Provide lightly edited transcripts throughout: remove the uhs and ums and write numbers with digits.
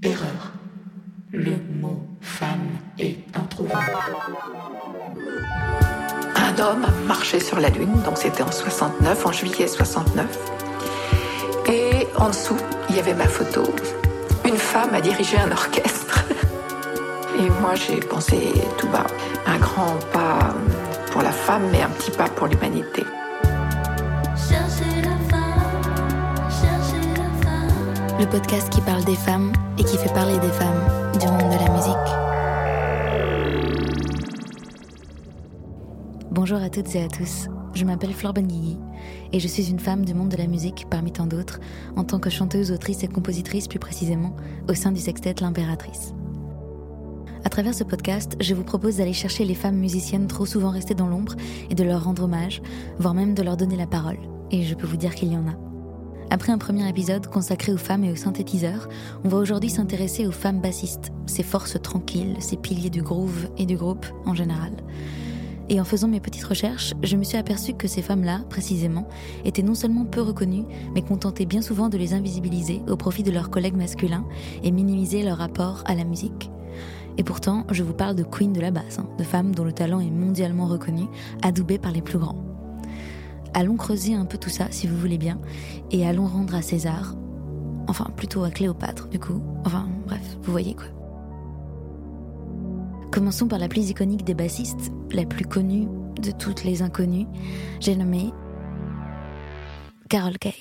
Erreur. Le mot femme est introuvable. Un homme marchait sur la Lune, donc c'était en juillet 69. Et en dessous, il y avait ma photo. Une femme a dirigé un orchestre. Et moi, j'ai pensé tout bas, un grand pas pour la femme, mais un petit pas pour l'humanité. Le podcast qui parle des femmes et qui fait parler des femmes du monde de la musique. Bonjour à toutes et à tous, je m'appelle Flore Benguigui et je suis une femme du monde de la musique parmi tant d'autres, en tant que chanteuse, autrice et compositrice plus précisément, au sein du sextet L'Impératrice. À travers ce podcast, je vous propose d'aller chercher les femmes musiciennes trop souvent restées dans l'ombre et de leur rendre hommage, voire même de leur donner la parole. Et je peux vous dire qu'il y en a. Après un premier épisode consacré aux femmes et aux synthétiseurs, on va aujourd'hui s'intéresser aux femmes bassistes, ces forces tranquilles, ces piliers du groove et du groupe en général. Et en faisant mes petites recherches, je me suis aperçue que ces femmes-là, précisément, étaient non seulement peu reconnues, mais qu'on tentait bien souvent de les invisibiliser au profit de leurs collègues masculins et minimiser leur rapport à la musique. Et pourtant, je vous parle de queens de la basse, de femmes dont le talent est mondialement reconnu, adoubées par les plus grands. Allons creuser un peu tout ça, si vous voulez bien, et allons rendre à César, enfin plutôt à Cléopâtre, du coup, enfin bref, vous voyez quoi. Commençons par la plus iconique des bassistes, la plus connue de toutes les inconnues, j'ai nommé Carole Kay.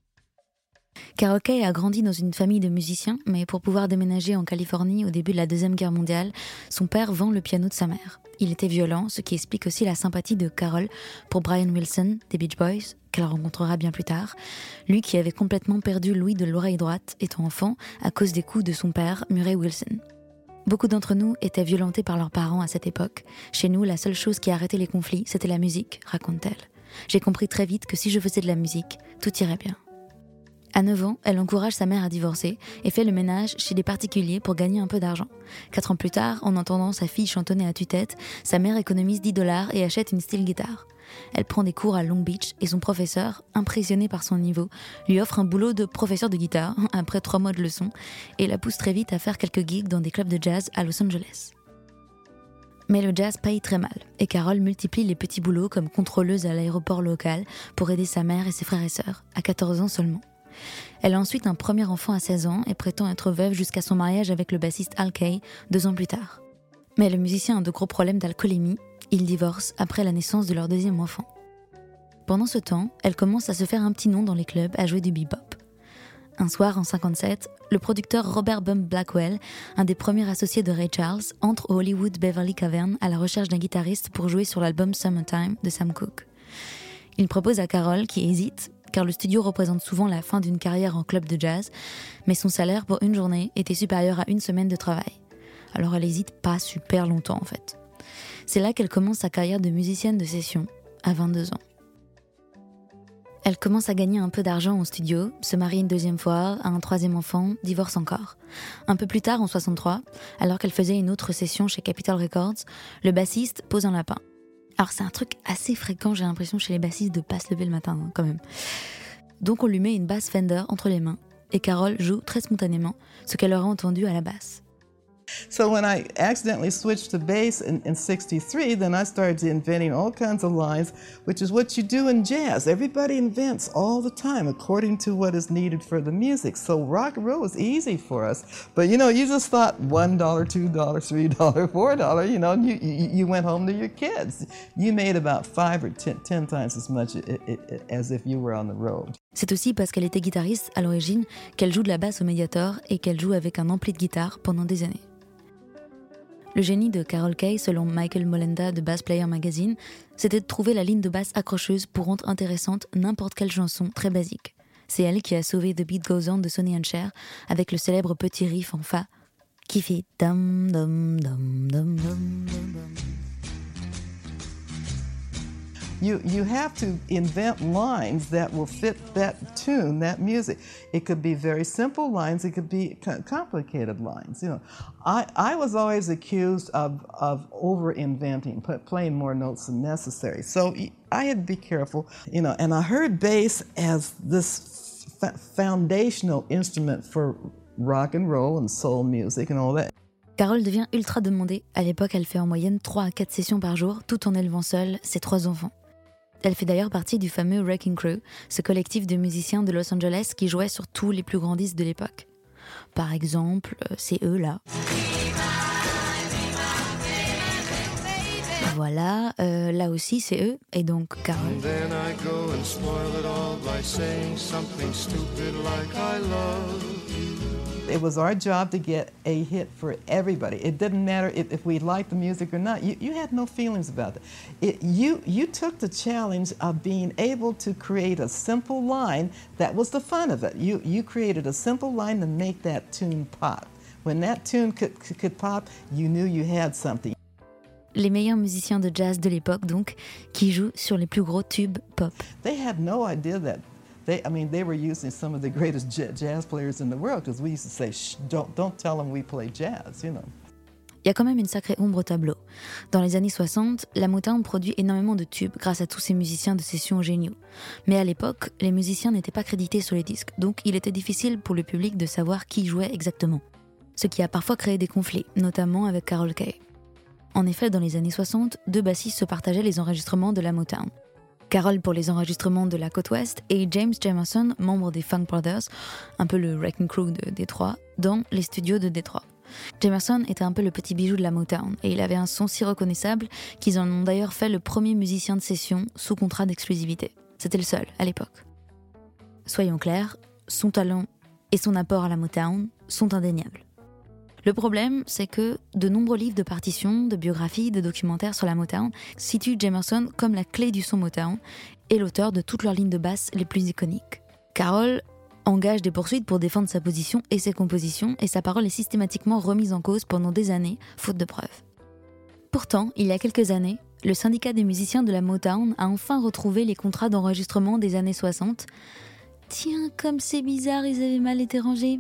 Carole Kay a grandi dans une famille de musiciens, mais pour pouvoir déménager en Californie au début de la Deuxième Guerre mondiale, son père vend le piano de sa mère. Il était violent, ce qui explique aussi la sympathie de Carole pour Brian Wilson des Beach Boys, qu'elle rencontrera bien plus tard, lui qui avait complètement perdu l'ouïe de l'oreille droite étant enfant à cause des coups de son père, Murray Wilson. Beaucoup d'entre nous étaient violentés par leurs parents à cette époque. Chez nous, la seule chose qui arrêtait les conflits, c'était la musique, raconte-t-elle. J'ai compris très vite que si je faisais de la musique, tout irait bien. À 9 ans, elle encourage sa mère à divorcer et fait le ménage chez des particuliers pour gagner un peu d'argent. 4 ans plus tard, en entendant sa fille chantonner à tue-tête, sa mère économise $10 et achète une steel guitar. Elle prend des cours à Long Beach et son professeur, impressionné par son niveau, lui offre un boulot de professeur de guitare après 3 mois de leçons et la pousse très vite à faire quelques gigs dans des clubs de jazz à Los Angeles. Mais le jazz paye très mal et Carole multiplie les petits boulots comme contrôleuse à l'aéroport local pour aider sa mère et ses frères et sœurs, à 14 ans seulement. Elle a ensuite un premier enfant à 16 ans et prétend être veuve jusqu'à son mariage avec le bassiste Al Kay 2 ans plus tard. Mais le musicien a de gros problèmes d'alcoolémie, ils divorcent après la naissance de leur deuxième enfant. Pendant ce temps, elle commence à se faire un petit nom dans les clubs à jouer du bebop. Un soir, en 57, le producteur Robert Bump Blackwell, un des premiers associés de Ray Charles, entre au Hollywood Beverly Cavern à la recherche d'un guitariste pour jouer sur l'album Summertime de Sam Cooke. Il propose à Carole, qui hésite, car le studio représente souvent la fin d'une carrière en club de jazz, mais son salaire pour une journée était supérieur à 1 semaine de travail. Alors elle hésite pas super longtemps en fait. C'est là qu'elle commence sa carrière de musicienne de session, à 22 ans. Elle commence à gagner un peu d'argent au studio, se marie une 2e fois, a un 3e enfant, divorce encore. Un peu plus tard, en 63, alors qu'elle faisait une autre session chez Capitol Records, le bassiste pose un lapin. Alors c'est un truc assez fréquent, j'ai l'impression, chez les bassistes de pas se lever le matin, quand même. Donc on lui met une basse Fender entre les mains, et Carole joue très spontanément ce qu'elle aura entendu à la basse. So when I accidentally switched to bass in 63, then I started inventing all kinds of lines, which is what you do in jazz. Everybody invents all the time according to what is needed for the music. So rock and roll was easy for us. But you just thought $1, $2, $3, $4, and you went home to your kids. You made about 5 or 10 times as much as if you were on the road. C'est aussi parce qu'elle était guitariste à l'origine qu'elle joue de la basse au Mediator et qu'elle joue avec un ampli de guitare pendant des années. Le génie de Carole Kay, selon Michael Molenda de Bass Player Magazine, c'était de trouver la ligne de basse accrocheuse pour rendre intéressante n'importe quelle chanson très basique. C'est elle qui a sauvé The Beat Goes On de Sonny and Cher avec le célèbre petit riff en fa qui fait dum dum dum dum dum dum. You have to invent lines that will fit that tune, that music. It could be very simple lines, it could be complicated lines. I was always accused of over-inventing, playing more notes than necessary. So I had to be careful, and I heard bass as this foundational instrument for rock and roll and soul music and all that. Carole devient ultra demandée. À l'époque, elle fait en moyenne 3 à 4 sessions par jour, tout en élevant seule ses 3 enfants. Elle fait d'ailleurs partie du fameux Wrecking Crew, ce collectif de musiciens de Los Angeles qui jouait sur tous les plus grands disques de l'époque. Par exemple, c'est eux là. Voilà, là aussi c'est eux, et donc Carole. It was our job to get a hit for everybody. It didn't matter if we liked the music or not. You had no feelings about that. You took the challenge of being able to create a simple line. That was the fun of it. You created a simple line to make that tune pop. When that tune could pop, you knew you had something. Les meilleurs musiciens de jazz de l'époque, donc, qui jouent sur les plus gros tubes pop. They had no idea that. They were using some of the greatest jazz players in the world because we used to say, shh, don't tell them we play jazz, you know. Il y a quand même une sacrée ombre au tableau. Dans les années 60, la Motown produit énormément de tubes grâce à tous ces musiciens de session géniaux. Mais à l'époque, les musiciens n'étaient pas crédités sur les disques, donc il était difficile pour le public de savoir qui jouait exactement. Ce qui a parfois créé des conflits, notamment avec Carole Kay. En effet, dans les années 60, 2 bassistes se partageaient les enregistrements de la Motown. Carole pour les enregistrements de la côte ouest et James Jamerson, membre des Funk Brothers, un peu le Wrecking Crew de Détroit, dans les studios de Détroit. Jamerson était un peu le petit bijou de la Motown et il avait un son si reconnaissable qu'ils en ont d'ailleurs fait le premier musicien de session sous contrat d'exclusivité. C'était le seul à l'époque. Soyons clairs, son talent et son apport à la Motown sont indéniables. Le problème, c'est que de nombreux livres de partitions, de biographies, de documentaires sur la Motown situent Jamerson comme la clé du son Motown et l'auteur de toutes leurs lignes de basse les plus iconiques. Carole engage des poursuites pour défendre sa position et ses compositions, et sa parole est systématiquement remise en cause pendant des années, faute de preuves. Pourtant, il y a quelques années, le syndicat des musiciens de la Motown a enfin retrouvé les contrats d'enregistrement des années 60. Tiens, comme c'est bizarre, ils avaient mal été rangés.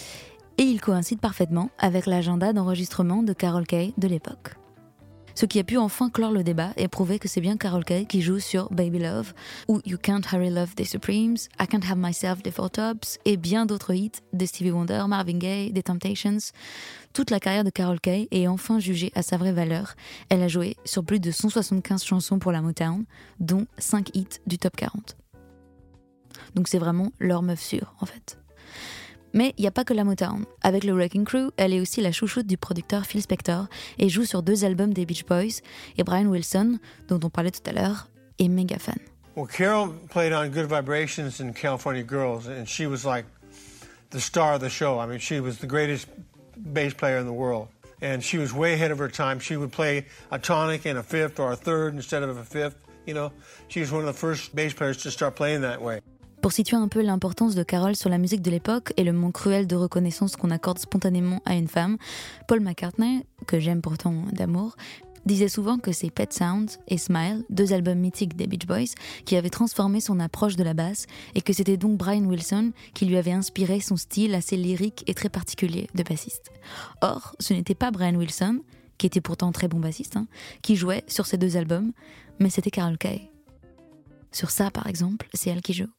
Et il coïncide parfaitement avec l'agenda d'enregistrement de Carole Kay de l'époque. Ce qui a pu enfin clore le débat et prouver que c'est bien Carole Kay qui joue sur Baby Love, ou You Can't Hurry Love des Supremes, I Can't Have Myself des Four Tops, et bien d'autres hits de Stevie Wonder, Marvin Gaye, des Temptations. Toute la carrière de Carole Kay est enfin jugée à sa vraie valeur. Elle a joué sur plus de 175 chansons pour la Motown, dont 5 hits du top 40. Donc c'est vraiment leur meuf sûre, en fait. Mais il n'y a pas que la Motown. Avec le Wrecking Crew, elle est aussi la chouchoute du producteur Phil Spector et joue sur 2 albums des Beach Boys. Et Brian Wilson, dont on parlait tout à l'heure, est méga fan. Well, Carole played on Good Vibrations and California Girls, and she was like the star of the show. I mean, she was the greatest bass player in the world. And she was way ahead of her time. She would play a tonic and a fifth or a third instead of a fifth, you know. She was one of the first bass players to start playing that way. Pour situer un peu l'importance de Carole sur la musique de l'époque et le manque cruel de reconnaissance qu'on accorde spontanément à une femme, Paul McCartney, que j'aime pourtant d'amour, disait souvent que c'est Pet Sounds et Smile, 2 albums mythiques des Beach Boys, qui avaient transformé son approche de la basse et que c'était donc Brian Wilson qui lui avait inspiré son style assez lyrique et très particulier de bassiste. Or, ce n'était pas Brian Wilson, qui était pourtant très bon bassiste, qui jouait sur ces 2 albums, mais c'était Carole Kay. Sur ça, par exemple, c'est elle qui joue.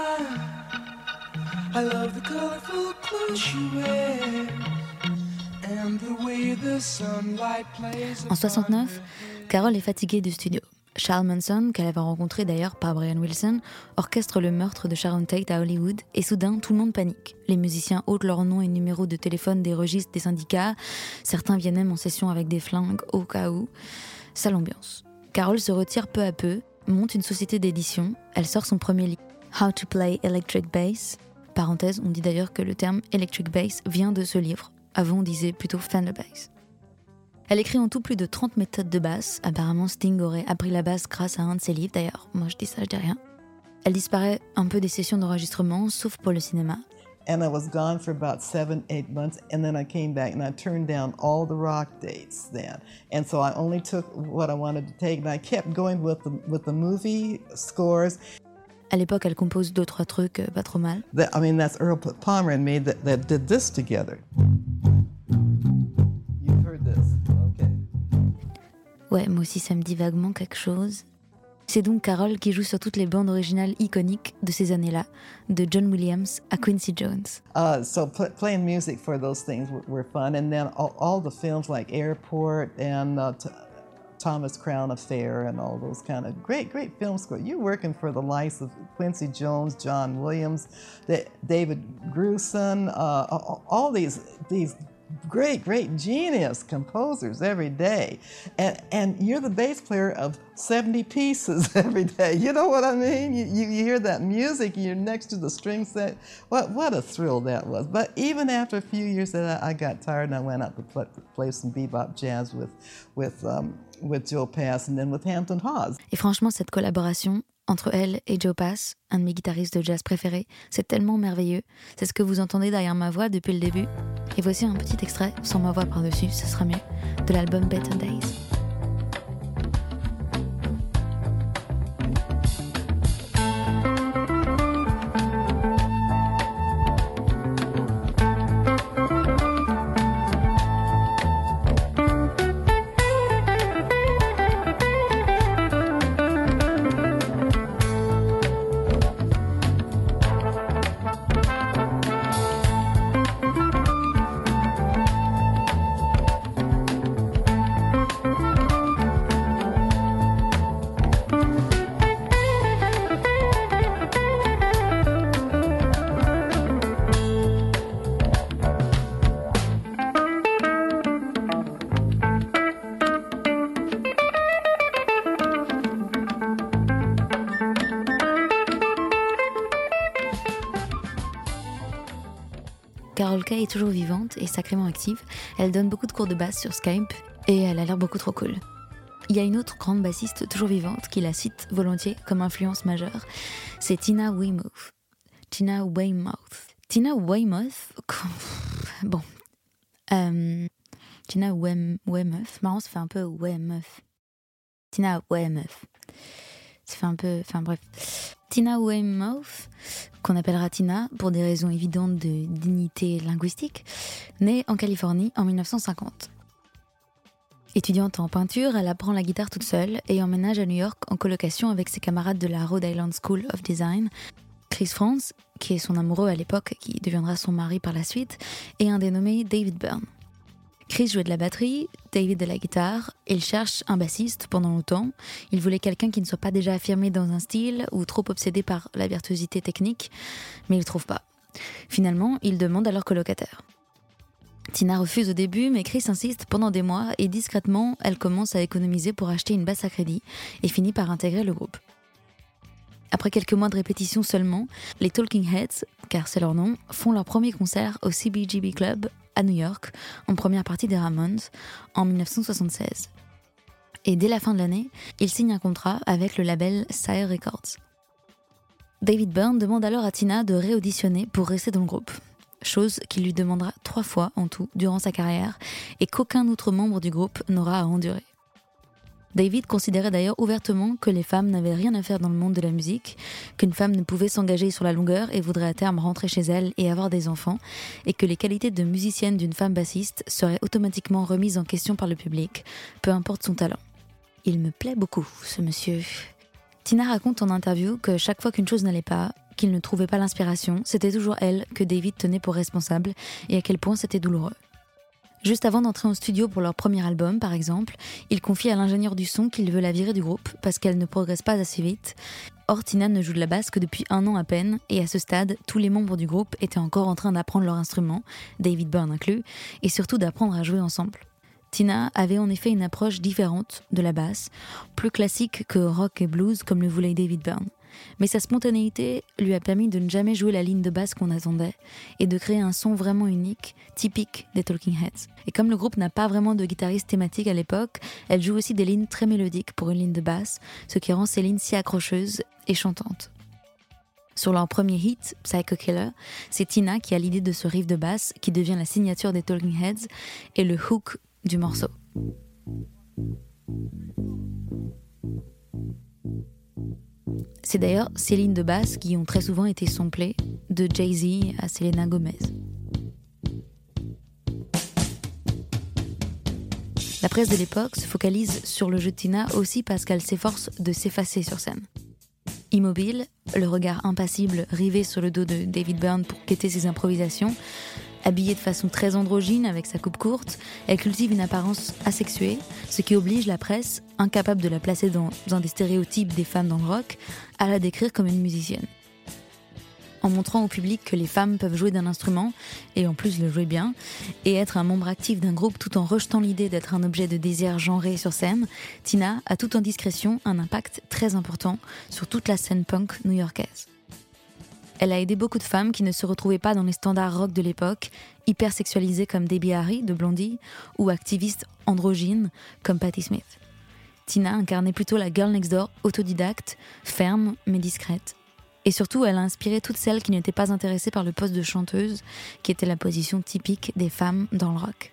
I love the colorful clothes she wears and the way the sunlight plays. En 69, Carole est fatiguée du studio. Charles Manson, qu'elle avait rencontré d'ailleurs par Brian Wilson, orchestre le meurtre de Sharon Tate à Hollywood, et soudain tout le monde panique. Les musiciens ôtent leurs noms et numéros de téléphone des registres des syndicats, certains viennent même en session avec des flingues au cas où. Sale ambiance. Carole se retire peu à peu, monte une société d'édition, elle sort son premier livre, How to Play Electric Bass. Parenthèse, on dit d'ailleurs que le terme Electric Bass vient de ce livre. Avant, on disait plutôt Fender Bass. Elle écrit en tout plus de 30 méthodes de basse. Apparemment, Sting aurait appris la basse grâce à un de ses livres. D'ailleurs, moi je dis ça, je dis rien. Elle disparaît un peu des sessions d'enregistrement, sauf pour le cinéma. And I was gone for about 7-8 months, and then I came back and I turned down all the rock dates then. And so I only took what I wanted to take, and I kept going with the movie scores. À l'époque, elle compose 2-3 trucs pas trop mal. That's Earl Palmer and me that did this together. You've heard this, okay. Ouais, moi aussi ça me dit vaguement quelque chose. C'est donc Carole qui joue sur toutes les bandes originales iconiques de ces années-là, de John Williams à Quincy Jones. So playing music for those things were fun. And then all the films like Airport and Thomas Crown Affair and all those kind of great film scores. You're working for the likes of Quincy Jones, John Williams, David Grusin, all these great genius composers every day. And you're the bass player of 70 pieces every day. You know what I mean? You hear that music, you're next to the string set. What a thrill that was. But even after a few years, I got tired and I went out to play some bebop jazz with Joe Pass and then with Hampton Hawes. Et franchement, cette collaboration entre elle et Joe Pass, un de mes guitaristes de jazz préférés, c'est tellement merveilleux. C'est ce que vous entendez derrière ma voix depuis le début. Et voici un petit extrait, sans ma voix par-dessus, ce sera mieux, de l'album Better Days. Carole Kay est toujours vivante et sacrément active. Elle donne beaucoup de cours de basse sur Skype et elle a l'air beaucoup trop cool. Il y a une autre grande bassiste toujours vivante qui la cite volontiers comme influence majeure, c'est Tina Weymouth. Tina Weymouth. Bon. Tina Weymouth. Marrant, ça fait un peu Weymouth. Tina Weymouth. Ça fait un peu... Enfin bref. Tina Weymouth, qu'on appellera Tina pour des raisons évidentes de dignité linguistique, née en Californie en 1950. Étudiante en peinture, elle apprend la guitare toute seule et emménage à New York en colocation avec ses camarades de la Rhode Island School of Design, Chris Franz, qui est son amoureux à l'époque, qui deviendra son mari par la suite, et un dénommé David Byrne. Chris jouait de la batterie, David de la guitare. Il cherche un bassiste pendant longtemps. Il voulait quelqu'un qui ne soit pas déjà affirmé dans un style ou trop obsédé par la virtuosité technique, mais il ne trouve pas. Finalement, il demande à leur colocataire. Tina refuse au début, mais Chris insiste pendant des mois et discrètement, elle commence à économiser pour acheter une basse à crédit et finit par intégrer le groupe. Après quelques mois de répétition seulement, les Talking Heads, car c'est leur nom, font leur premier concert au CBGB Club à New York, en première partie des Ramones, en 1976. Et dès la fin de l'année, ils signent un contrat avec le label Sire Records. David Byrne demande alors à Tina de réauditionner pour rester dans le groupe, chose qu'il lui demandera 3 fois en tout durant sa carrière et qu'aucun autre membre du groupe n'aura à endurer. David considérait d'ailleurs ouvertement que les femmes n'avaient rien à faire dans le monde de la musique, qu'une femme ne pouvait s'engager sur la longueur et voudrait à terme rentrer chez elle et avoir des enfants, et que les qualités de musicienne d'une femme bassiste seraient automatiquement remises en question par le public, peu importe son talent. Il me plaît beaucoup, ce monsieur. Tina raconte en interview que chaque fois qu'une chose n'allait pas, qu'il ne trouvait pas l'inspiration, c'était toujours elle que David tenait pour responsable, et à quel point c'était douloureux. Juste avant d'entrer en studio pour leur premier album, par exemple, il confie à l'ingénieur du son qu'il veut la virer du groupe parce qu'elle ne progresse pas assez vite. Or, Tina ne joue de la basse que depuis 1 an à peine, et à ce stade, tous les membres du groupe étaient encore en train d'apprendre leur instrument, David Byrne inclus, et surtout d'apprendre à jouer ensemble. Tina avait en effet une approche différente de la basse, plus classique que rock et blues comme le voulait David Byrne. Mais sa spontanéité lui a permis de ne jamais jouer la ligne de basse qu'on attendait et de créer un son vraiment unique, typique des Talking Heads. Et comme le groupe n'a pas vraiment de guitariste thématique à l'époque, elle joue aussi des lignes très mélodiques pour une ligne de basse, ce qui rend ces lignes si accrocheuses et chantantes. Sur leur premier hit, Psycho Killer, c'est Tina qui a l'idée de ce riff de basse qui devient la signature des Talking Heads et le hook du morceau. C'est d'ailleurs ces lignes de basse qui ont très souvent été samplées de Jay-Z à Selena Gomez. La presse de l'époque se focalise sur le jeu de Tina aussi parce qu'elle s'efforce de s'effacer sur scène. Immobile, le regard impassible rivé sur le dos de David Byrne pour guetter ses improvisations, habillée de façon très androgyne avec sa coupe courte, elle cultive une apparence asexuée, ce qui oblige la presse, incapable de la placer dans un des stéréotypes des femmes dans le rock, à la décrire comme une musicienne. En montrant au public que les femmes peuvent jouer d'un instrument, et en plus le jouer bien, et être un membre actif d'un groupe tout en rejetant l'idée d'être un objet de désir genré sur scène, Tina a tout en discrétion un impact très important sur toute la scène punk new-yorkaise. Elle a aidé beaucoup de femmes qui ne se retrouvaient pas dans les standards rock de l'époque, hyper sexualisées comme Debbie Harry de Blondie, ou activistes androgynes comme Patti Smith. Tina incarnait plutôt la girl next door autodidacte, ferme mais discrète. Et surtout, elle a inspiré toutes celles qui n'étaient pas intéressées par le poste de chanteuse, qui était la position typique des femmes dans le rock.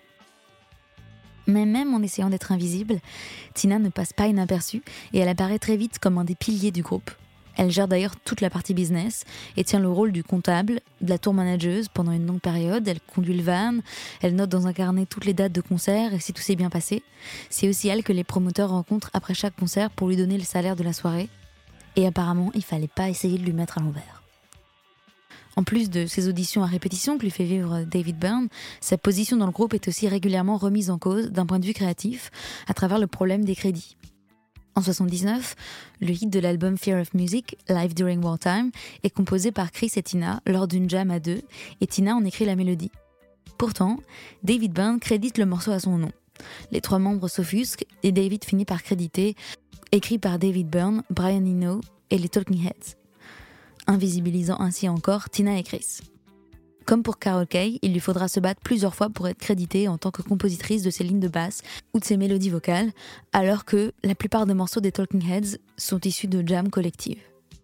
Mais même en essayant d'être invisible, Tina ne passe pas inaperçue et elle apparaît très vite comme un des piliers du groupe. Elle gère d'ailleurs toute la partie business et tient le rôle du comptable, de la tour manageuse pendant une longue période. Elle conduit le van, elle note dans un carnet toutes les dates de concert et si tout s'est bien passé. C'est aussi elle que les promoteurs rencontrent après chaque concert pour lui donner le salaire de la soirée. Et apparemment, il fallait pas essayer de lui mettre à l'envers. En plus de ses auditions à répétition que lui fait vivre David Byrne, sa position dans le groupe est aussi régulièrement remise en cause d'un point de vue créatif à travers le problème des crédits. En 1979, le hit de l'album Fear of Music, Live During Wartime, est composé par Chris et Tina lors d'une jam à deux, et Tina en écrit la mélodie. Pourtant, David Byrne crédite le morceau à son nom. Les trois membres s'offusquent et David finit par créditer écrit par David Byrne, Brian Eno et les Talking Heads, invisibilisant ainsi encore Tina et Chris. Comme pour Carol Kaye, il lui faudra se battre plusieurs fois pour être créditée en tant que compositrice de ses lignes de basse ou de ses mélodies vocales, alors que la plupart des morceaux des Talking Heads sont issus de jams collectives.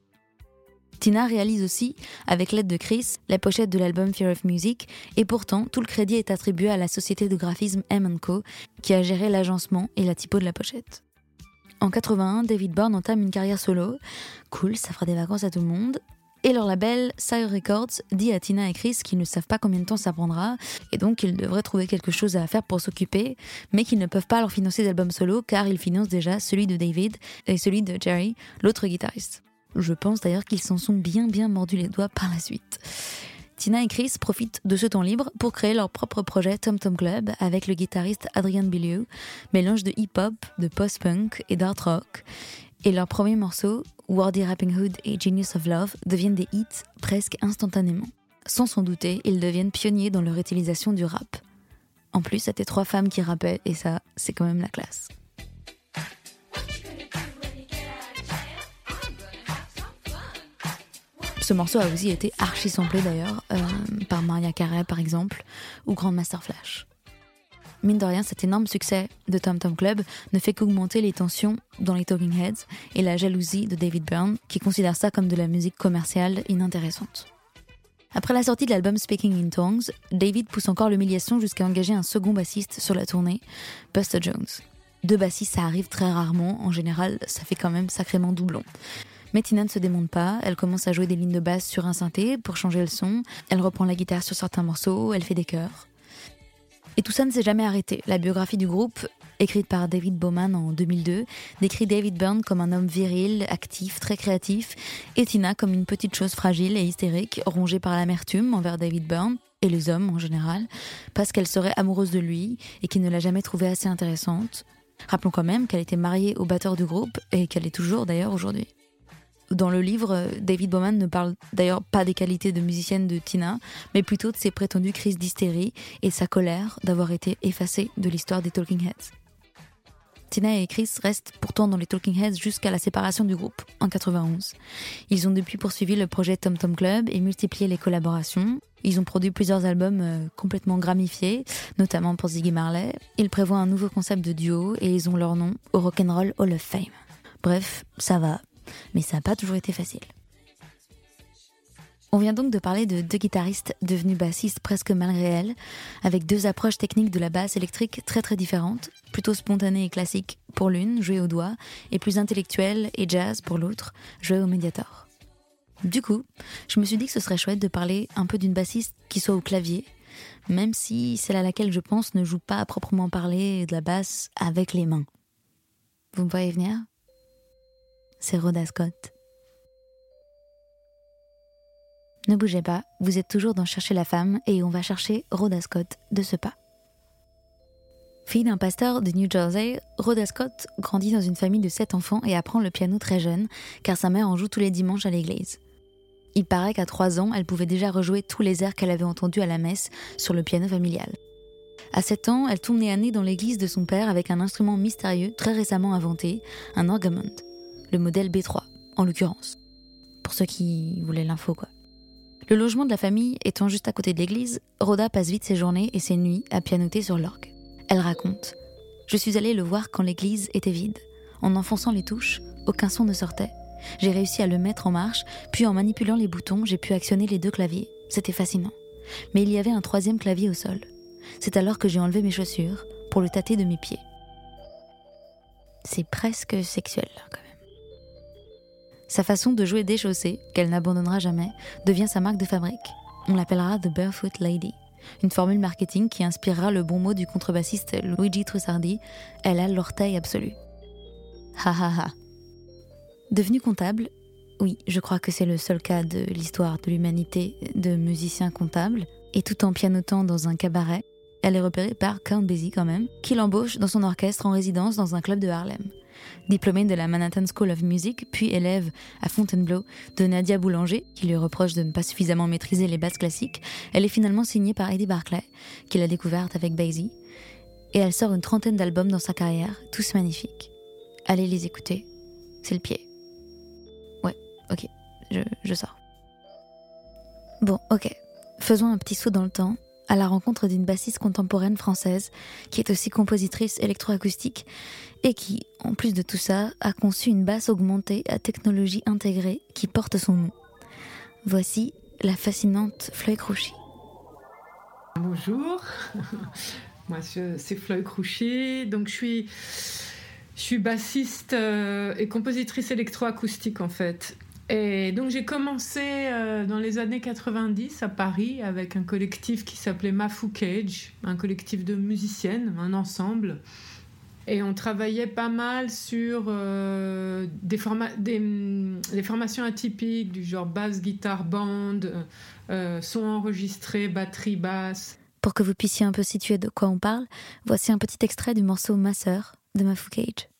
Tina réalise aussi, avec l'aide de Chris, la pochette de l'album Fear of Music, et pourtant, tout le crédit est attribué à la société de graphisme M&Co, qui a géré l'agencement et la typo de la pochette. En 81, David Byrne entame une carrière solo. Cool, ça fera des vacances à tout le monde. Et leur label, Sire Records, dit à Tina et Chris qu'ils ne savent pas combien de temps ça prendra, et donc qu'ils devraient trouver quelque chose à faire pour s'occuper, mais qu'ils ne peuvent pas leur financer d'albums solo, car ils financent déjà celui de David et celui de Jerry, l'autre guitariste. Je pense d'ailleurs qu'ils s'en sont bien mordus les doigts par la suite. Tina et Chris profitent de ce temps libre pour créer leur propre projet Tom Tom Club avec le guitariste Adrian Belew, mélange de hip-hop, de post-punk et d'art rock. Et leurs premiers morceaux, Wardy Rapping Hood et Genius of Love, deviennent des hits presque instantanément. Sans s'en douter, ils deviennent pionniers dans leur utilisation du rap. En plus, c'était trois femmes qui rappaient, et ça, c'est quand même la classe. Ce morceau a aussi été archi-samplé d'ailleurs, par Mariah Carey par exemple, ou Grandmaster Flash. Mine de rien, cet énorme succès de Tom Tom Club ne fait qu'augmenter les tensions dans les Talking Heads et la jalousie de David Byrne, qui considère ça comme de la musique commerciale inintéressante. Après la sortie de l'album Speaking in Tongues, David pousse encore l'humiliation jusqu'à engager un second bassiste sur la tournée, Buster Jones. Deux bassistes, ça arrive très rarement, en général, ça fait quand même sacrément doublon. Mais Tina ne se démonte pas, elle commence à jouer des lignes de basse sur un synthé pour changer le son, elle reprend la guitare sur certains morceaux, elle fait des chœurs. Et tout ça ne s'est jamais arrêté. La biographie du groupe, écrite par David Bowman en 2002, décrit David Byrne comme un homme viril, actif, très créatif, et Tina comme une petite chose fragile et hystérique, rongée par l'amertume envers David Byrne, et les hommes en général, parce qu'elle serait amoureuse de lui et qu'il ne l'a jamais trouvée assez intéressante. Rappelons quand même qu'elle était mariée au batteur du groupe, et qu'elle est toujours d'ailleurs aujourd'hui. Dans le livre, David Bowman ne parle d'ailleurs pas des qualités de musicienne de Tina, mais plutôt de ses prétendues crises d'hystérie et sa colère d'avoir été effacée de l'histoire des Talking Heads. Tina et Chris restent pourtant dans les Talking Heads jusqu'à la séparation du groupe, en 91. Ils ont depuis poursuivi le projet Tom Tom Club et multiplié les collaborations. Ils ont produit plusieurs albums complètement gramifiés, notamment pour Ziggy Marley. Ils prévoient un nouveau concept de duo et ils ont leur nom au Rock'n'Roll Hall of Fame. Bref, ça va. Mais ça n'a pas toujours été facile. On vient donc de parler de deux guitaristes devenus bassistes presque malgré elles, avec deux approches techniques de la basse électrique très très différentes, plutôt spontanées et classiques pour l'une, jouée au doigt, et plus intellectuelle et jazz pour l'autre, jouée au médiator. Du coup, je me suis dit que ce serait chouette de parler un peu d'une bassiste qui soit au clavier, même si celle à laquelle je pense ne joue pas à proprement parler de la basse avec les mains. Vous me voyez venir ? C'est Rhoda Scott. Ne bougez pas, vous êtes toujours dans Chercher la femme et on va chercher Rhoda Scott de ce pas. Fille d'un pasteur de New Jersey, Rhoda Scott grandit dans une famille de 7 enfants et apprend le piano très jeune, car sa mère en joue tous les dimanches à l'église. Il paraît qu'à 3 ans, elle pouvait déjà rejouer tous les airs qu'elle avait entendus à la messe sur le piano familial. À 7 ans, elle tombe nez à nez dans l'église de son père avec un instrument mystérieux très récemment inventé, un orgamond, le modèle B3, en l'occurrence. Pour ceux qui voulaient l'info, quoi. Le logement de la famille étant juste à côté de l'église, Rhoda passe vite ses journées et ses nuits à pianoter sur l'orgue. Elle raconte « Je suis allée le voir quand l'église était vide. En enfonçant les touches, aucun son ne sortait. J'ai réussi à le mettre en marche, puis en manipulant les boutons, j'ai pu actionner les 2 claviers. C'était fascinant. Mais il y avait un 3e clavier au sol. C'est alors que j'ai enlevé mes chaussures pour le tâter de mes pieds. » C'est presque sexuel, quand même. Sa façon de jouer déchaussée, qu'elle n'abandonnera jamais, devient sa marque de fabrique. On l'appellera The Barefoot Lady. Une formule marketing qui inspirera le bon mot du contrebassiste Luigi Trussardi. Elle a l'orteil absolu. Ha ha ha. Devenue comptable, oui, je crois que c'est le seul cas de l'histoire de l'humanité de musicien comptable, et tout en pianotant dans un cabaret, elle est repérée par Count Basie quand même, qui l'embauche dans son orchestre en résidence dans un club de Harlem. Diplômée de la Manhattan School of Music, puis élève à Fontainebleau de Nadia Boulanger, qui lui reproche de ne pas suffisamment maîtriser les basses classiques, elle est finalement signée par Eddie Barclay, qui l'a découverte avec Basie, et elle sort une 30aine d'albums dans sa carrière, tous magnifiques. Allez les écouter, c'est le pied. Ouais, ok, je sors. Bon, ok, faisons un petit saut dans le temps, à la rencontre d'une bassiste contemporaine française qui est aussi compositrice électroacoustique et qui, en plus de tout ça, a conçu une basse augmentée à technologie intégrée qui porte son nom. Voici la fascinante Floy Crouchy. Bonjour, moi c'est Floy Crouchy, donc je suis bassiste et compositrice électroacoustique en fait. Et donc j'ai commencé dans les années 90 à Paris avec un collectif qui s'appelait Mafou Cage, un collectif de musiciennes, un ensemble. Et on travaillait pas mal sur des formations atypiques du genre basse, guitare, band, son enregistré, batterie, basse. Pour que vous puissiez un peu situer de quoi on parle, voici un petit extrait du morceau Ma sœur de Mafou Cage.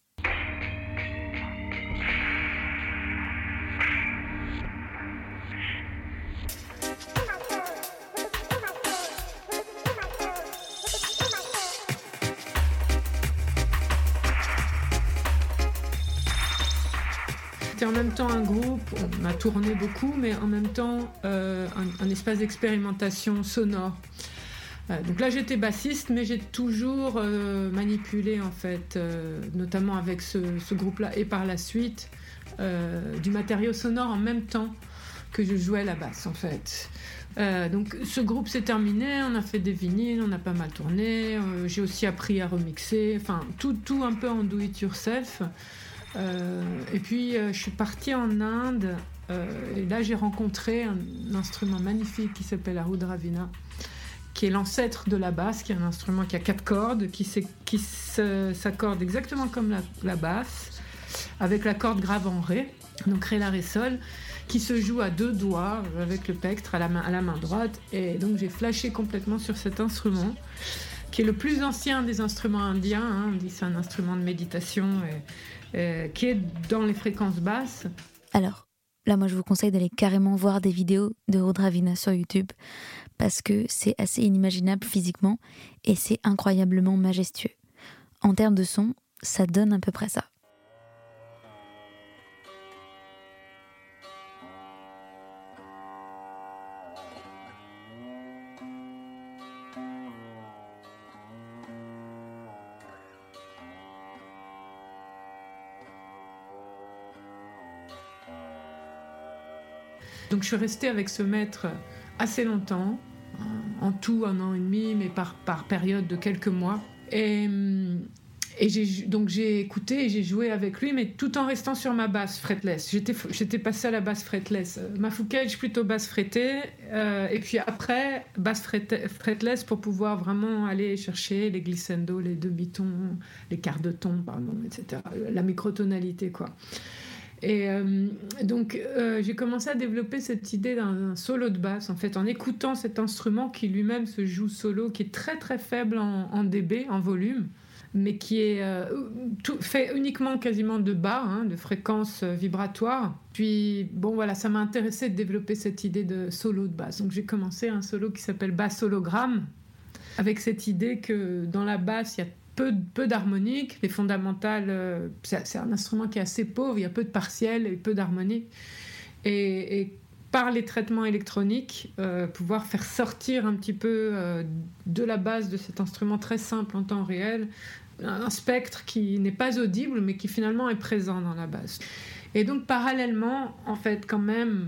C'était en même temps un groupe, on a tourné beaucoup, mais en même temps un espace d'expérimentation sonore. Donc là j'étais bassiste, mais j'ai toujours manipulé en fait, notamment avec ce groupe-là et par la suite, du matériau sonore en même temps que je jouais la basse en fait. Donc ce groupe s'est terminé, on a fait des vinyles, on a pas mal tourné, j'ai aussi appris à remixer, enfin tout un peu en do it yourself. Et puis je suis partie en Inde et là j'ai rencontré un instrument magnifique qui s'appelle la Rudravina, qui est l'ancêtre de la basse, qui est un instrument qui a 4 cordes, qui s'accorde exactement comme la basse, avec la corde grave en ré, donc ré, la, ré, sol, qui se joue à 2 doigts avec le plectre à la main droite. Et donc j'ai flashé complètement sur cet instrument, qui est le plus ancien des instruments indiens, hein, on dit c'est un instrument de méditation qui est dans les fréquences basses. Alors, là moi je vous conseille d'aller carrément voir des vidéos de Rudravina sur YouTube, parce que c'est assez inimaginable physiquement et c'est incroyablement majestueux. En termes de son, ça donne à peu près ça. Donc je suis restée avec ce maître assez longtemps, en tout 1 an et demi, mais par période de quelques mois. Et Et donc j'ai écouté et j'ai joué avec lui, mais tout en restant sur ma basse fretless. J'étais passée à la basse fretless. Mafu Cage plutôt basse frettée, et puis après basse fretless pour pouvoir vraiment aller chercher les glissando, les demi-tons, les quarts de ton, pardon, etc. La microtonalité, quoi. Et donc j'ai commencé à développer cette idée d'un solo de basse, en fait, en écoutant cet instrument qui lui-même se joue solo, qui est très très faible en dB, en volume, mais qui est fait uniquement quasiment de bas, de fréquences vibratoires. Puis bon voilà, ça m'a intéressé de développer cette idée de solo de basse. Donc j'ai commencé un solo qui s'appelle Bass Hologramme, avec cette idée que dans la basse, il y a peu d'harmoniques. Les fondamentales, c'est un instrument qui est assez pauvre, il y a peu de partiels et peu d'harmoniques. Et par les traitements électroniques, pouvoir faire sortir un petit peu de la base de cet instrument très simple en temps réel, un spectre qui n'est pas audible, mais qui finalement est présent dans la basse. Et donc parallèlement, en fait, quand même,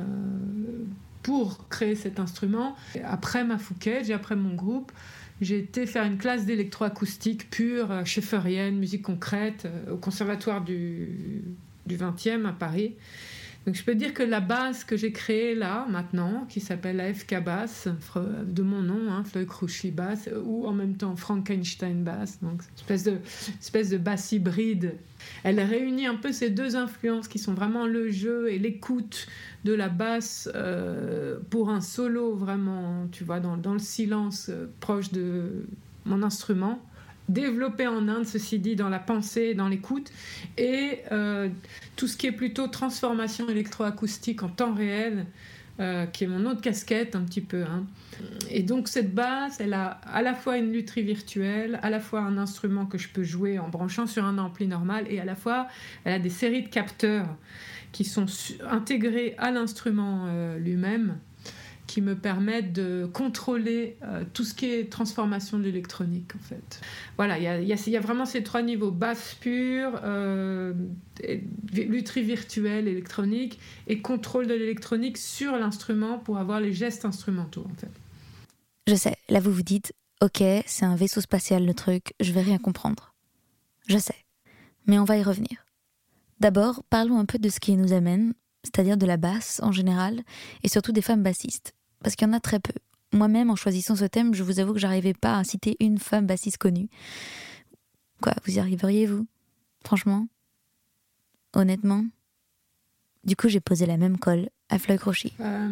pour créer cet instrument, après Mafu Cage et après mon groupe, j'ai été faire une classe d'électroacoustique pure, schaefferienne, musique concrète, au conservatoire du 20e à Paris. Donc je peux dire que la basse que j'ai créée là, maintenant, qui s'appelle la FK Bass, de mon nom, Floyd Crouchy Bass, ou en même temps Frankenstein Bass, donc espèce de basse hybride. Elle réunit un peu ces deux influences qui sont vraiment le jeu et l'écoute de la basse pour un solo vraiment, tu vois, dans le silence proche de mon instrument. Développé en Inde, ceci dit, dans la pensée, dans l'écoute, et tout ce qui est plutôt transformation électroacoustique en temps réel, qui est mon autre casquette un petit peu. Et donc cette basse, elle a à la fois une lutherie virtuelle, à la fois un instrument que je peux jouer en branchant sur un ampli normal, et à la fois elle a des séries de capteurs qui sont intégrés à l'instrument lui-même, qui me permettent de contrôler tout ce qui est transformation de l'électronique, en fait. Voilà, il y a vraiment ces trois niveaux: basse pure, lutherie virtuelle, électronique, et contrôle de l'électronique sur l'instrument pour avoir les gestes instrumentaux, en fait. Je sais, là vous vous dites, ok, c'est un vaisseau spatial le truc, je vais rien comprendre. Je sais, mais on va y revenir. D'abord, parlons un peu de ce qui nous amène, c'est-à-dire de la basse en général, et surtout des femmes bassistes. Parce qu'il y en a très peu. Moi-même, en choisissant ce thème, je vous avoue que j'arrivais pas à citer une femme bassiste connue. Quoi, vous y arriveriez, vous ? Franchement ? Honnêtement ? Du coup, j'ai posé la même colle à Floyd Crouchy.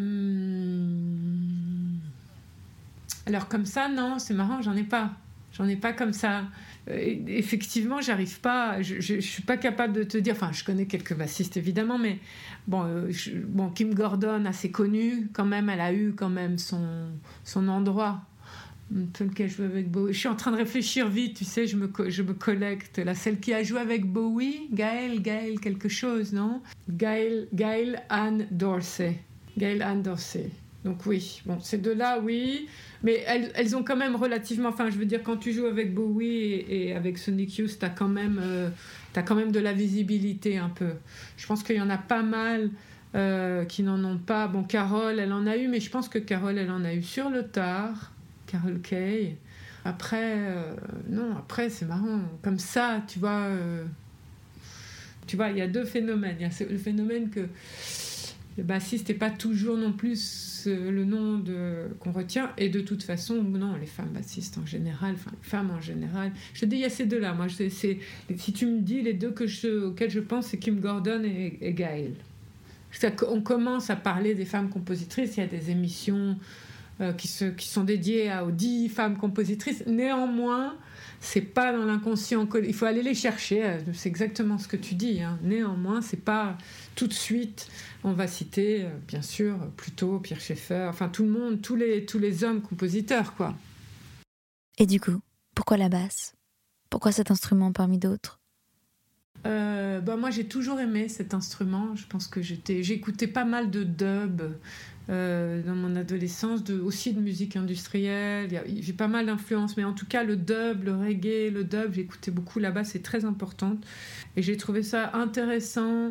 Alors comme ça, non, c'est marrant, j'en ai pas. J'en ai pas comme ça. Effectivement, j'arrive pas. Je suis pas capable de te dire. Enfin, je connais quelques bassistes évidemment, mais bon, Kim Gordon, assez connue quand même. Elle a eu quand même son endroit. Lequel joue avec Bowie. Je suis en train de réfléchir vite. Tu sais, je me collecte. Là, celle qui a joué avec Bowie, Gail quelque chose, non? Gail Ann Dorsey. Gail Ann Dorsey. Donc oui, bon, ces deux-là, oui, mais elles ont quand même relativement... Enfin, je veux dire, quand tu joues avec Bowie et avec Sonic Youth, t'as quand même de la visibilité un peu. Je pense qu'il y en a pas mal qui n'en ont pas. Bon, Carole, elle en a eu, mais je pense que Carole, elle en a eu sur le tard, Carole Kay. Après, non, après, c'est marrant. Comme ça, tu vois, il y a deux phénomènes. Il y a le phénomène que le bassiste n'est pas toujours non plus le nom qu'on retient, et de toute façon, non, les femmes bassistes en général, enfin les femmes en général, je te dis, il y a ces deux-là. Moi, si tu me dis les deux auxquelles je pense, c'est Kim Gordon et Gail. On commence à parler des femmes compositrices, il y a des émissions qui sont dédiées aux 10 femmes compositrices. Néanmoins, c'est pas dans l'inconscient, il faut aller les chercher, c'est exactement ce que tu dis, Néanmoins, c'est pas tout de suite. On va citer, bien sûr, plutôt Pierre Schaeffer, enfin tout le monde, tous les hommes compositeurs, quoi. Et du coup, pourquoi la basse ? Pourquoi cet instrument parmi d'autres ? Moi, j'ai toujours aimé cet instrument. Je pense que j'écoutais pas mal de dub dans mon adolescence, aussi de musique industrielle. J'ai pas mal d'influences, mais en tout cas, le dub, le reggae, le dub, j'écoutais beaucoup. La basse est très importante. Et j'ai trouvé ça intéressant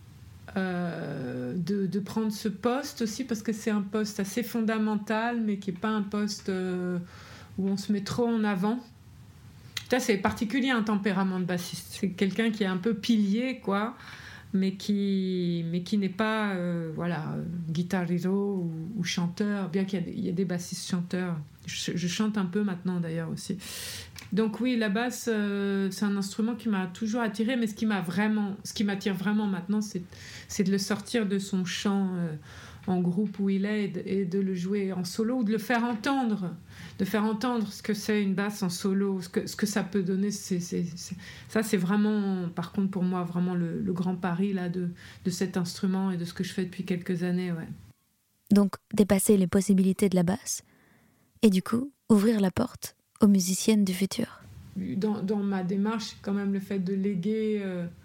de prendre ce poste aussi, parce que c'est un poste assez fondamental, mais qui n'est pas un poste où on se met trop en avant. C'est particulier un tempérament de bassiste. C'est quelqu'un qui est un peu pilier, quoi, mais qui n'est pas guitarero ou chanteur, bien qu'il y ait des bassistes chanteurs. Je chante un peu maintenant d'ailleurs aussi. Donc oui, la basse, c'est un instrument qui m'a toujours attirée, mais ce qui m'attire vraiment maintenant, c'est de le sortir de son champ en groupe où il est et de le jouer en solo, ou de le faire entendre, ce que c'est une basse en solo, ce que ça peut donner. Ça, c'est vraiment, par contre, pour moi, vraiment le grand pari là, de cet instrument et de ce que je fais depuis quelques années. Ouais. Donc, dépasser les possibilités de la basse et du coup, ouvrir la porte aux musiciennes du futur. Dans ma démarche, quand même, le fait de léguer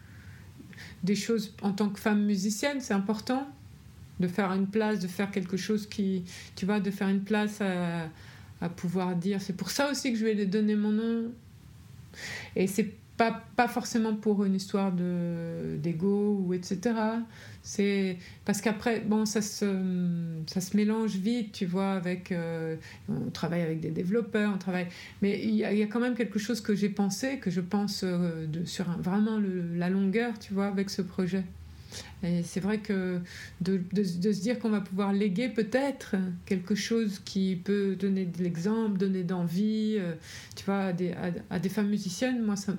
des choses en tant que femme musicienne, c'est important. De faire une place, de faire quelque chose de faire une place à pouvoir dire. C'est pour ça aussi que je vais lui donner mon nom. Et c'est pas forcément pour une histoire d'ego ou etc. C'est parce qu'après, ça se mélange vite, tu vois, on travaille avec des développeurs, mais il y a quand même quelque chose que j'ai pensé, que je pense sur vraiment la longueur, tu vois, avec ce projet. Et c'est vrai que de se dire qu'on va pouvoir léguer peut-être quelque chose qui peut donner de l'exemple, donner d'envie, tu vois, à des femmes musiciennes, moi, ça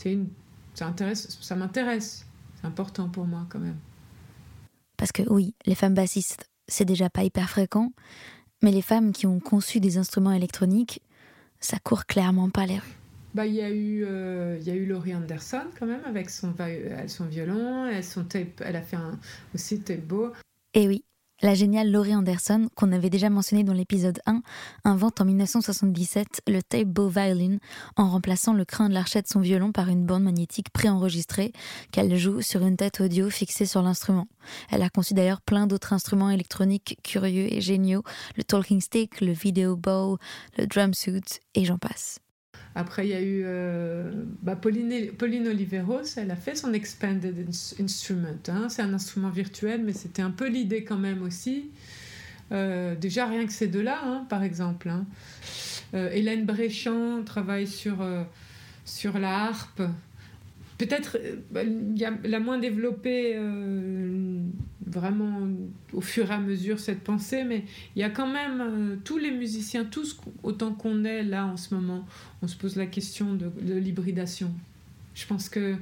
m'intéresse. C'est important pour moi quand même. Parce que oui, les femmes bassistes, c'est déjà pas hyper fréquent, mais les femmes qui ont conçu des instruments électroniques, ça court clairement pas les rues. Il y a eu Laurie Anderson quand même avec son violon, elle a fait aussi Tape Bow. Et oui, la géniale Laurie Anderson, qu'on avait déjà mentionnée dans l'épisode 1, invente en 1977 le Tape Bow Violin en remplaçant le crin de l'archet de son violon par une bande magnétique préenregistrée qu'elle joue sur une tête audio fixée sur l'instrument. Elle a conçu d'ailleurs plein d'autres instruments électroniques curieux et géniaux, le talking stick, le video bow, le drum suit et j'en passe. Après, il y a eu Pauline Oliveros, elle a fait son Expanded Instrument. C'est un instrument virtuel, mais c'était un peu l'idée quand même aussi. Déjà, rien que ces deux-là, par exemple. Hélène Bréchamp travaille sur la harpe. Peut-être la moins développée vraiment au fur et à mesure cette pensée, mais il y a quand même tous les musiciens, tous autant qu'on est là en ce moment, on se pose la question de l'hybridation. Je pense que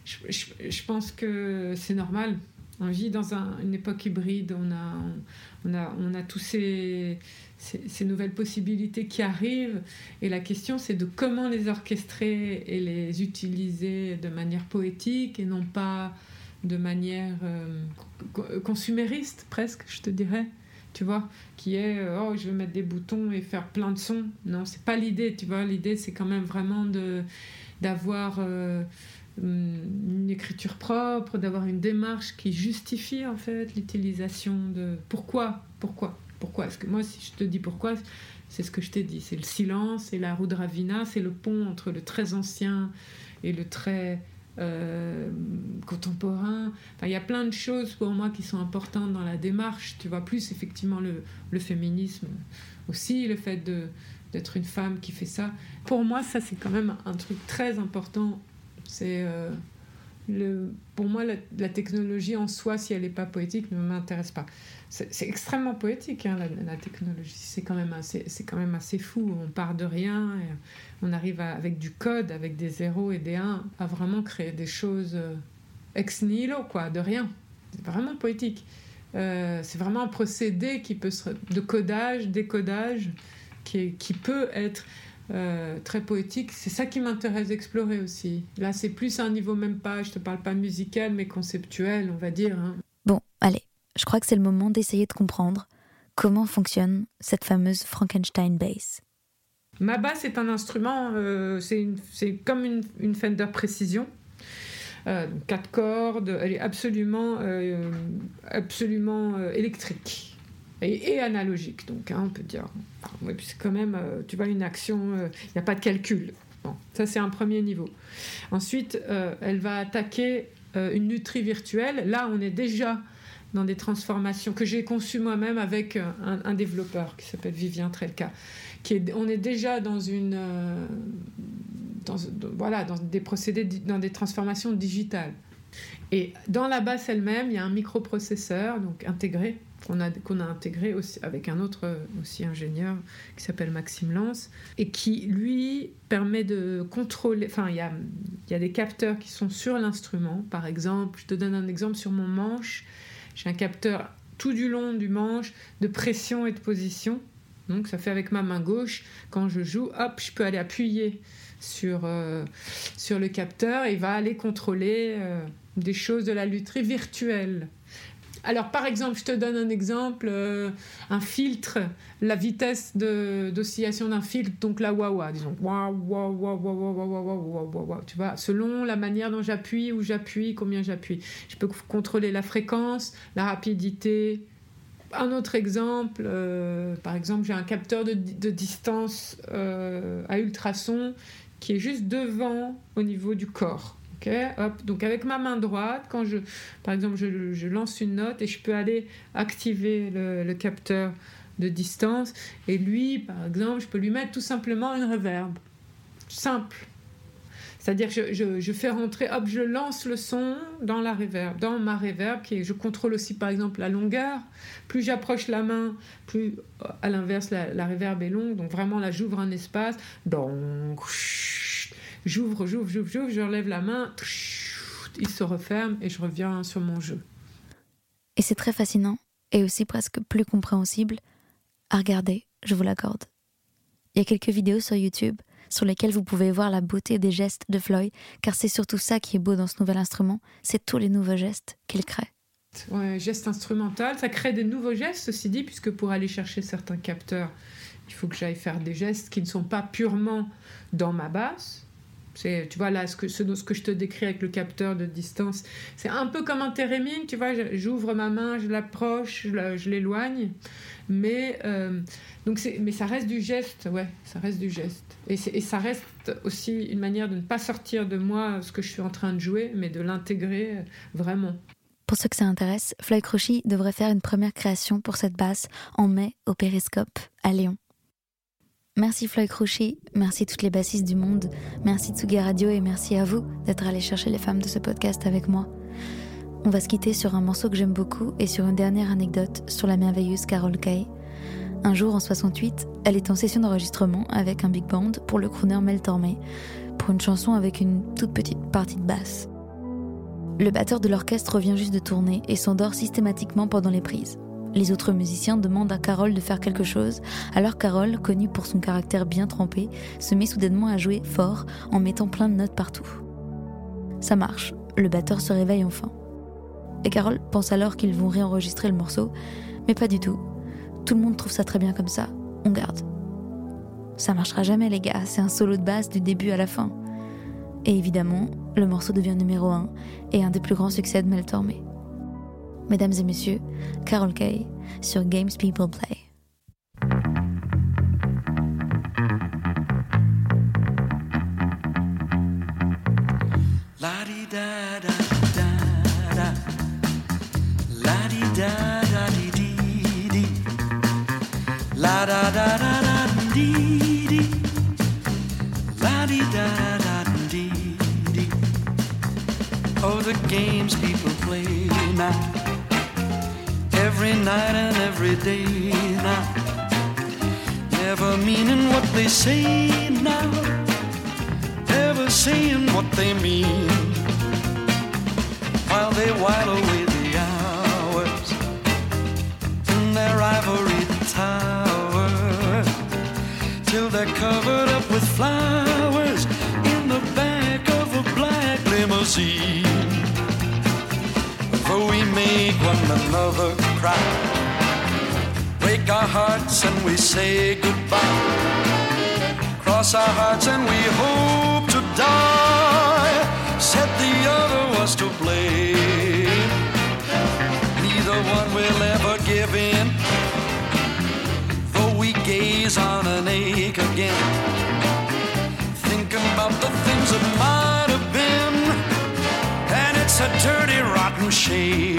c'est normal. On vit dans une époque hybride, on a tous ces nouvelles possibilités qui arrivent, et la question c'est de comment les orchestrer et les utiliser de manière poétique et non pas de manière consumériste presque, je te dirais, tu vois, qui est je vais mettre des boutons et faire plein de sons. Non, c'est pas l'idée, tu vois. L'idée c'est quand même vraiment d'avoir une écriture propre, d'avoir une démarche qui justifie en fait l'utilisation de pourquoi. Parce que moi, si je te dis pourquoi, c'est ce que je t'ai dit. C'est le silence et la roue de Ravina, c'est le pont entre le très ancien et le très contemporain. Enfin, il y a plein de choses pour moi qui sont importantes dans la démarche. Tu vois, plus effectivement le féminisme aussi, le fait d'être une femme qui fait ça. Pour moi, ça, c'est quand même un truc très important. C'est pour moi, la technologie en soi, si elle n'est pas poétique, ne m'intéresse pas. C'est extrêmement poétique, la technologie. C'est quand même assez fou. On part de rien, et on arrive avec du code, avec des 0 et des 1, à vraiment créer des choses ex nihilo, quoi, de rien. C'est vraiment poétique. C'est vraiment un procédé de codage, décodage, qui peut être très poétique. C'est ça qui m'intéresse d'explorer aussi. Là, c'est plus à un niveau même pas, je te parle pas musical, mais conceptuel, on va dire. Bon, allez, je crois que c'est le moment d'essayer de comprendre comment fonctionne cette fameuse Frankenstein bass. Ma basse est un instrument, c'est comme une Fender Precision. 4 cordes, elle est absolument électrique. Et analogique, donc, on peut dire. Ouais, puis c'est quand même, tu vois, une action, il n'y a pas de calcul. Bon, ça, c'est un premier niveau. Ensuite, elle va attaquer une nutrie virtuelle. Là, on est déjà dans des transformations que j'ai conçues moi-même avec un développeur qui s'appelle Vivien Trelka. On est déjà dans des procédés, dans des transformations digitales. Et dans la basse elle-même, il y a un microprocesseur donc intégré, qu'on a intégré aussi avec un autre aussi ingénieur qui s'appelle Maxime Lance, et qui, lui, permet de contrôler... Enfin, il y a des capteurs qui sont sur l'instrument. Par exemple, je te donne un exemple sur mon manche. J'ai un capteur tout du long du manche de pression et de position. Donc, ça fait avec ma main gauche. Quand je joue, hop, je peux aller appuyer sur le capteur et il va aller contrôler des choses de la lutherie virtuelle. Alors, par exemple, je te donne un exemple, un filtre, la vitesse d'oscillation d'un filtre, donc la wah-wah, disons, wah-wah-wah-wah-wah-wah-wah-wah-wah-wah, tu vois, selon la manière dont j'appuie, où j'appuie, combien j'appuie. Je peux contrôler la fréquence, la rapidité. Un autre exemple, par exemple, j'ai un capteur de distance à ultrasons qui est juste devant au niveau du corps. Okay, hop. Donc avec ma main droite, quand par exemple je lance une note et je peux aller activer le capteur de distance, et lui, par exemple, je peux lui mettre tout simplement une reverb. Simple. C'est-à-dire que je fais rentrer, hop, je lance le son dans la reverb, dans ma reverb, je contrôle aussi par exemple la longueur. Plus j'approche la main, plus à l'inverse la reverb est longue. Donc vraiment là, j'ouvre un espace. Donc j'ouvre, je relève la main, il se referme et je reviens sur mon jeu. Et c'est très fascinant et aussi presque plus compréhensible à regarder, je vous l'accorde. Il y a quelques vidéos sur YouTube sur lesquelles vous pouvez voir la beauté des gestes de Floyd, car c'est surtout ça qui est beau dans ce nouvel instrument, c'est tous les nouveaux gestes qu'il crée. Ouais, geste instrumental, ça crée des nouveaux gestes, ceci dit, puisque pour aller chercher certains capteurs, il faut que j'aille faire des gestes qui ne sont pas purement dans ma basse. Tu vois là, ce que je te décris avec le capteur de distance, c'est un peu comme un thérémine, tu vois, j'ouvre ma main, je l'approche, je l'éloigne, mais ça reste du geste, ouais, ça reste du geste. Et ça reste aussi une manière de ne pas sortir de moi ce que je suis en train de jouer, mais de l'intégrer vraiment. Pour ceux que ça intéresse, Floyd Crouchy devrait faire une première création pour cette basse en mai au Périscope à Lyon. Merci Floyd Crouchy, merci toutes les bassistes du monde, merci Tsugi Radio et merci à vous d'être allés chercher les femmes de ce podcast avec moi. On va se quitter sur un morceau que j'aime beaucoup et sur une dernière anecdote sur la merveilleuse Carole Kay. Un jour en 68, elle est en session d'enregistrement avec un big band pour le crooner Mel Tormé, pour une chanson avec une toute petite partie de basse. Le batteur de l'orchestre revient juste de tourner et s'endort systématiquement pendant les prises. Les autres musiciens demandent à Carole de faire quelque chose, alors Carole, connue pour son caractère bien trempé, se met soudainement à jouer fort en mettant plein de notes partout. Ça marche, le batteur se réveille enfin. Et Carole pense alors qu'ils vont réenregistrer le morceau, mais pas du tout. Tout le monde trouve ça très bien comme ça, on garde. Ça marchera jamais les gars, c'est un solo de basse du début à la fin. Et évidemment, le morceau devient numéro 1 et un des plus grands succès de Mel Tormé. Mesdames et messieurs, Carole Kay sur Games People Play. La-di-da-da-da-da, la-di-da-da-di-di-di, la-da-da-da-da-di-di, la-di-da-da-di-di. Oh, the games people play now, every night and every day now, never meaning what they say now, never saying what they mean, while they while away the hours in their ivory tower, till they're covered up with flowers in the back of a black limousine. Though we make one another cry, break our hearts and we say goodbye, cross our hearts and we hope to die, said the other was to blame. Neither one will ever give in, though we gaze on an ache again, thinking about the things that might have been, and it's a dirty, rotten shame.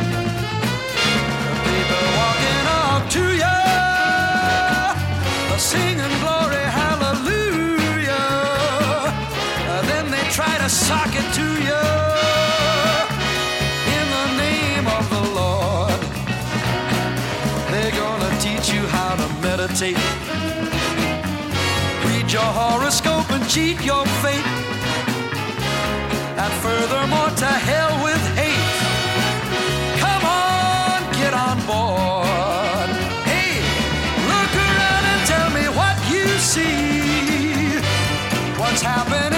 People walking up to you, singing glory, hallelujah. gonna sock it to you in the name of the Lord. They're gonna teach you how to meditate, read your horoscope and cheat your fate, and furthermore to hell with hate. Come on, get on board. Hey, look around and tell me what you see. What's happening